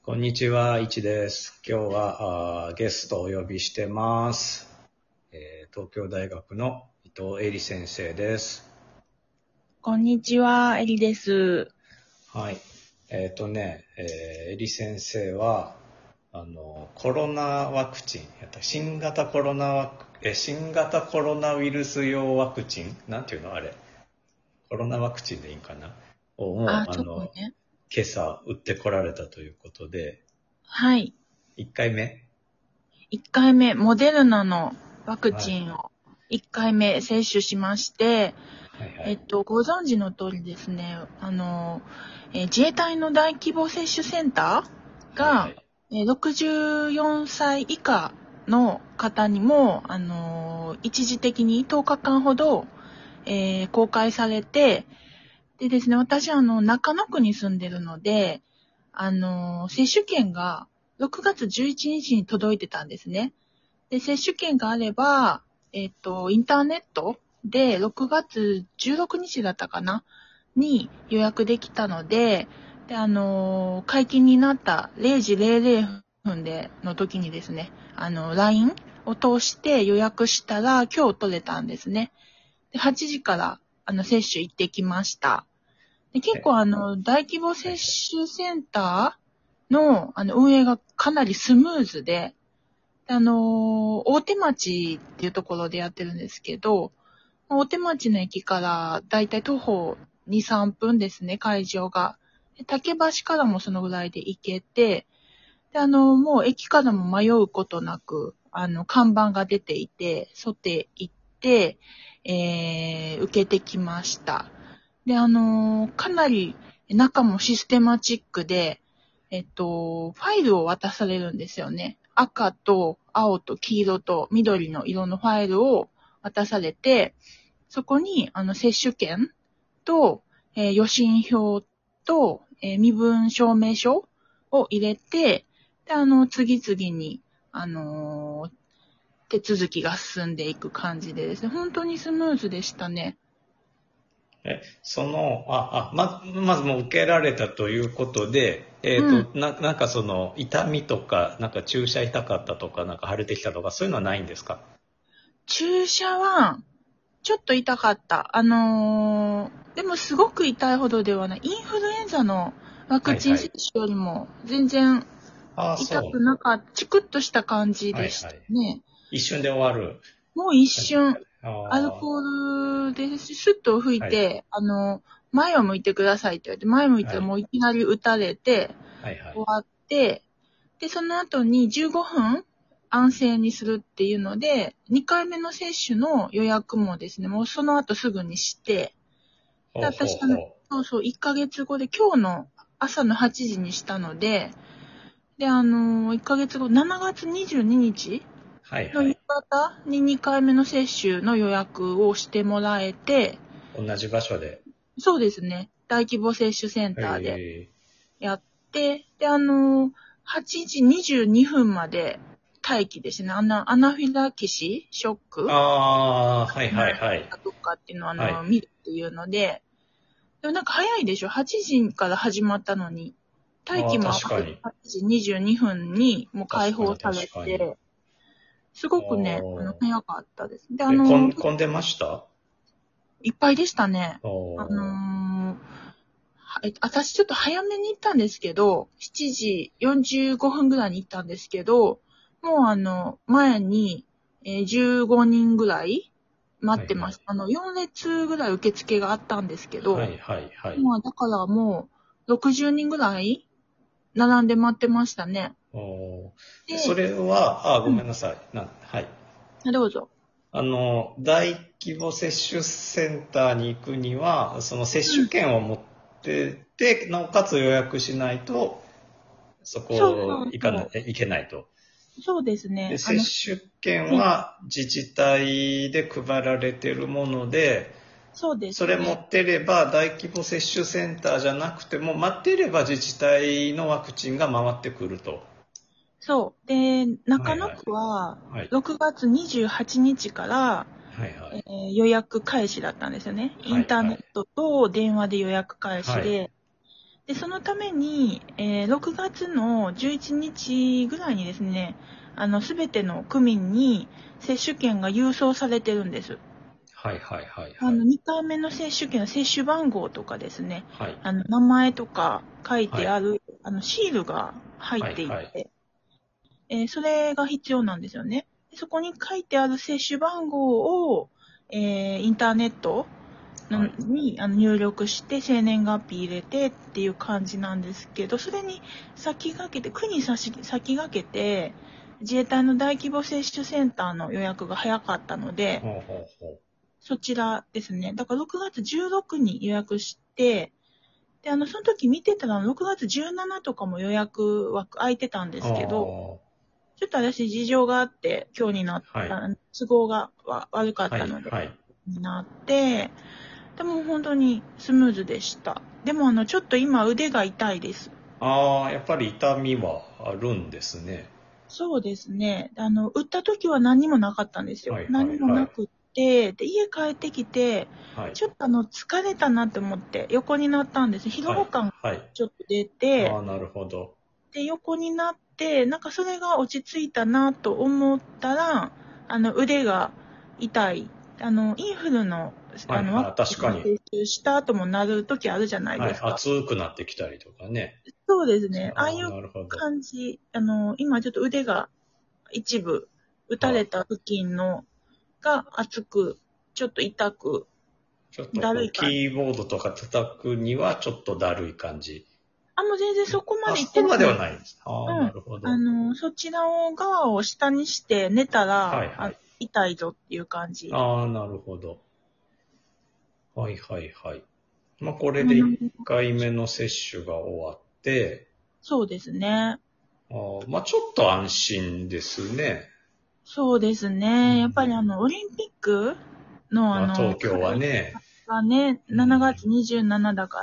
こんにちは、いちです。今日はゲストをお呼びしてます。東京大学の伊藤恵里先生です。 こんにちは、エリです。 はい。恵里先生は、コロナワクチン、新型コロナウイルス用ワクチン、なんていうのあれ、コロナワクチンでいいんかなもう、 ちょっとね。 今朝打ってこられたということで、 はい。 1回目 1回目、モデルナのワクはい。 チンを1回目接種しまして、 はいはい。 ご存知の通りですね、自衛隊の大規模接種センターが、 はいはい。 64歳以下の方にも、一時的に10日間ほど、公開されて、でですね、私は中野区に住んでるので、接種券が6月11日に届いてたんですね。で、接種券があれば、インターネットで6月16日だったかなに予約できたので、で、解禁になった0時00分での時にですね、LINE を通して予約したら今日取れたんですね。で、8時から、接種行ってきました。で結構大規模接はいはい。 種センターの、運営がかなりスムーズで、大手町っていうところでやってるんですけど、大手町の駅からだいたい徒歩2、3分ですね、会場が。で竹橋からもそのぐらいで行けて、で、もう駅からも迷うことなく、看板が出ていて、沿って行って、受けてきました。で、かなり中もシステマチックで、ファイルを渡されるんですよね。赤と青と黄色と緑の色のファイルを渡されて、そこに、接種券と、予診票と、身分証明書を入れて、で、次々に、手続きが進んでいく感じでですね、本当にスムーズでしたね。 まずもう受けられたということで、 うん。 なんかその、痛みとか、なんか注射痛かったとか、なんか腫れてきたとか、そういうのはないんですか？ 注射は、ちょっと痛かった。でもすごく痛いほどではない。インフルエンザのワクチン接はいはい。 種よりも全然ああ、 痛くそう。 なかった。チクッとした感じでしたはいはい。 ね。 一瞬で終わるもう一感じですかね。 瞬、アルコールでスッと吹いはい。 て、前を向いてくださいって言われて、前向いたはい。 らもういきなり打たれて、 はいはい。 終わって、で、その後に15分安静にするっていうので、2回目の接種の予約もですね、もうその後すぐにして、で、 ほうほう私ほう。 そうそう、1ヶ月後で今日の朝の8時にしたので、で、1ヶ月後、7月22日の夕はいはい。 方に2回目の接種の予約をしてもらえて、 同じ場所で。 そうですね、大規模接種センターでえやって、で、8時22分まで待機ですね。アナフィラキシーショックああー、はいなはいはい。 かとかっていうのをはい。 見るっていうので、でもなんか早いでしょ？ 8 時から始まったのに、待ああ、 機も合わせて確かに。 8時22分にもう開確かに放され確かに。 て、すごくね、 お早かったです。で、 混んでました？ いっぱいでしたね。あおのー私ちょっと早めに行ったんですけど、7時45分ぐらいに行ったんですけど、もう前に、15人ぐらい待はいはい。 ってました。4列ぐらい受付があったんですけど、 はいはいはい。 まあだからもう60人ぐらい並んで待ってましたね。 そで、 れは、ごうん、 めんなさい。はい。 どうぞ。 大規模接種センターに行くには、その接種うん、 券を持ってて、なおかつ予約しないと、そそうこそうそ行けないと。 う。そうですで、 ね。 接種券うん、 は自治体で配られているもので、 そうでそれ持すね。 ってれば大規模接種センターじゃなくても、待っていれば自治体のワクチンが回ってくると。 そう。で、中野はいはい。 区ははい。 6月28日から、 はいはい。 予約開始だったんですよね。インターネッはいはい。 トと電話で予約開はい。 始で。 で、そのために、6月の11日ぐらいにですね、すべての区民に接種券が郵送されてるんです。 はいはいはいはい。 2回目の接種券の接種番号とかですね、 はい。 名前とか書いはい。 てある、シールが入っていはいはい。 て、それが必要なんですよね。そこに書いてある接種番号を、インターネットはい。 に入力して生年月日入れてっていう感じなんですけど、それに先駆けて、区に先駆けて、自衛隊の大規模接種センターの予約が早かったので、 ほうほうほそちらですね。だから6月16に予約して、で、その時見てたら6月17とかも予約枠空いてたんでう。 すけど、 あちょっと私事情があって今日になっあ、はい。 た、都合が悪かっはいたので、 はい。 になって、でも本当にスムーズでした。でもちょっと今腕が痛いです。 ああ、やっぱり痛みはあるんですね。 そうですね。打った時は何もなかったんですよ。 はいは何いはい。 もなくって、で、家帰ってきて、 はい。 ちょっと疲れたなって思って横になったんです。疲はい労感がはい。 ちょっと出て、 ああ、なるほど。 で、横になって、なんかそれが落ち着いたなと思ったら、腕が痛い。インフルの、ワクはいはい。確かに。 チン接種した後もなる時あるじゃないはい。 ですか。 熱くなってきたりとかね。 そうですね。ああああ、 いうなるほど。 感じ、今ちょっと腕が一部打たれはあ、 た付近のが熱く、ちょっと痛く、 ちょっとだるい感じ。 キーボードとか叩くにはちょっとだるい感じ。 もう全然そこまあ、 でいっそこまでてないんです。 はないんです。ああ、 うん。 なるほど。 そちら側を下にして寝たら、 はいはい。 痛いぞっていう感じ。 ああ、なるほど。はいはいはい。まあ、これで1 うん、 回目の接種が終わって、 そうですね。 まあ、ちょっと安心ですね。 そうですうね。やっぱりん。 オリンピックのまあ、東京は開ね。 催がね、 うん。 7月27だから、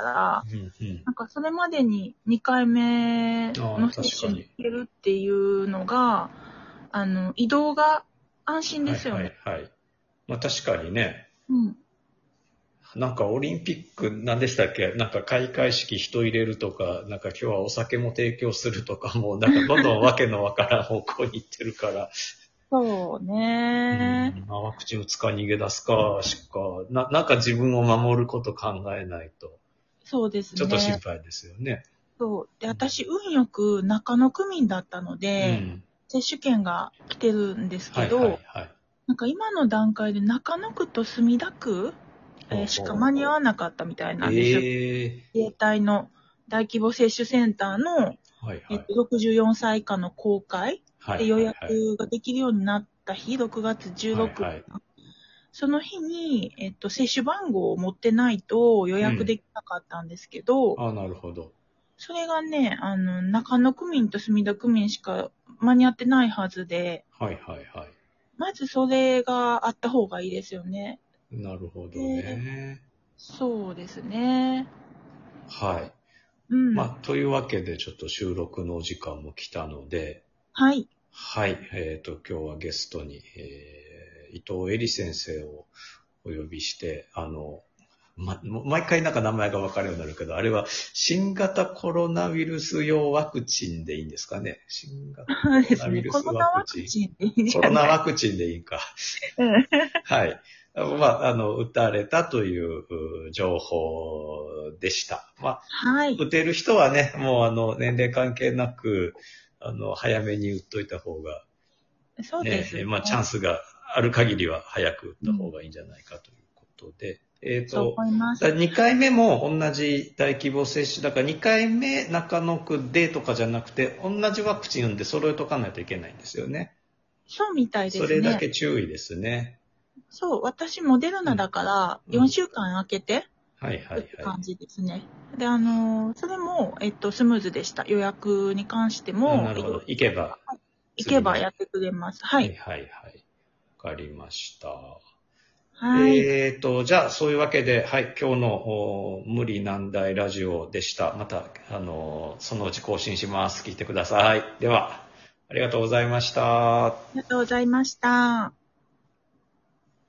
うんうん。 なんかそれまでに2回目ああ、 の接種に確かに。 行けるっていうのが、移動が安心ではいはすよね。 いはい。まあ、確かにね。 うん。 なんかオリンピック何でしたっけ？なんか開会式人入れるとか、なんか今日はお酒も提供するとか、もうなんかどんどんわけのわからん方向に行ってるから、 そうね。 まあ、ワクチン打つか逃げ出すかしか、なんか自分を守ること考えないと、 そうですちょっと心ね。 配ですよね。 そう。で、私、運よく中野区民だったので、 うん。 接種券が来てるんですはいはけど、 いはい。 なんか今の段階で中野区と墨田区、しかほうほう。 間に合わなかったみたいなんですよ。 ええ自衛隊の大規模接種センターの、 はいはい。 64歳以下の公開はいで予はいはい。 約ができるようになった日、6月16、 はいはい。 その日に、接種番号を持ってないと予うん。 約できなかったんですけど、 ああ、なるほど。 それがね、中野区民と墨田区民しか間に合ってないはずで、 はいはいはまずそれがあった方がいいですよね。 い。なるほどで、 ね。 そうですね。 はい。 うん。 まあ、というわけでちょっと収録のお時間も来たので、 はい。 はい。今日はゲストに、伊藤恵里先生をお呼びして、毎回なんか名前が分かるようになるけど、あれは新型コロナウイルス用ワクチンでいいんですかね？新型コロナそうですね。 ウイルスコロナワワクチン。 クチンでいいんじコロナゃない？ ワクチンでいいか。 うん。 はい。まあ、打たれたという情報でした。まあ、 はい。 打てる人はね、もう年齢関係なく、早めに打っといた方が、ね、 そうですね。 まあ、チャンスがある限りは早く打った方うん。 がいいんじゃないかということで、 そう思います。 2回目も同じ大規模接種、だから2回目中野区でとかじゃなくて、同じワクチンで揃えとかないといけないんですよね。 そうみたいでそれだすね。 け注意ですね。 そう、私モデルナうん。 だから4 うん。 週間空けてはいはいはい。 打つ感じですね。で、それも、スムーズでした。予約に関してあ、 も、 なるほど。行けば、 行け次の日。 ばやってくれます。ははいい。 はいはい。わかりました。 はい。 じゃあ、そういうわけで、はい、今日の無理難題ラジオでした。また、そのうち更新します。聞いてください。では、ありがとうございました。 ありがとうございました。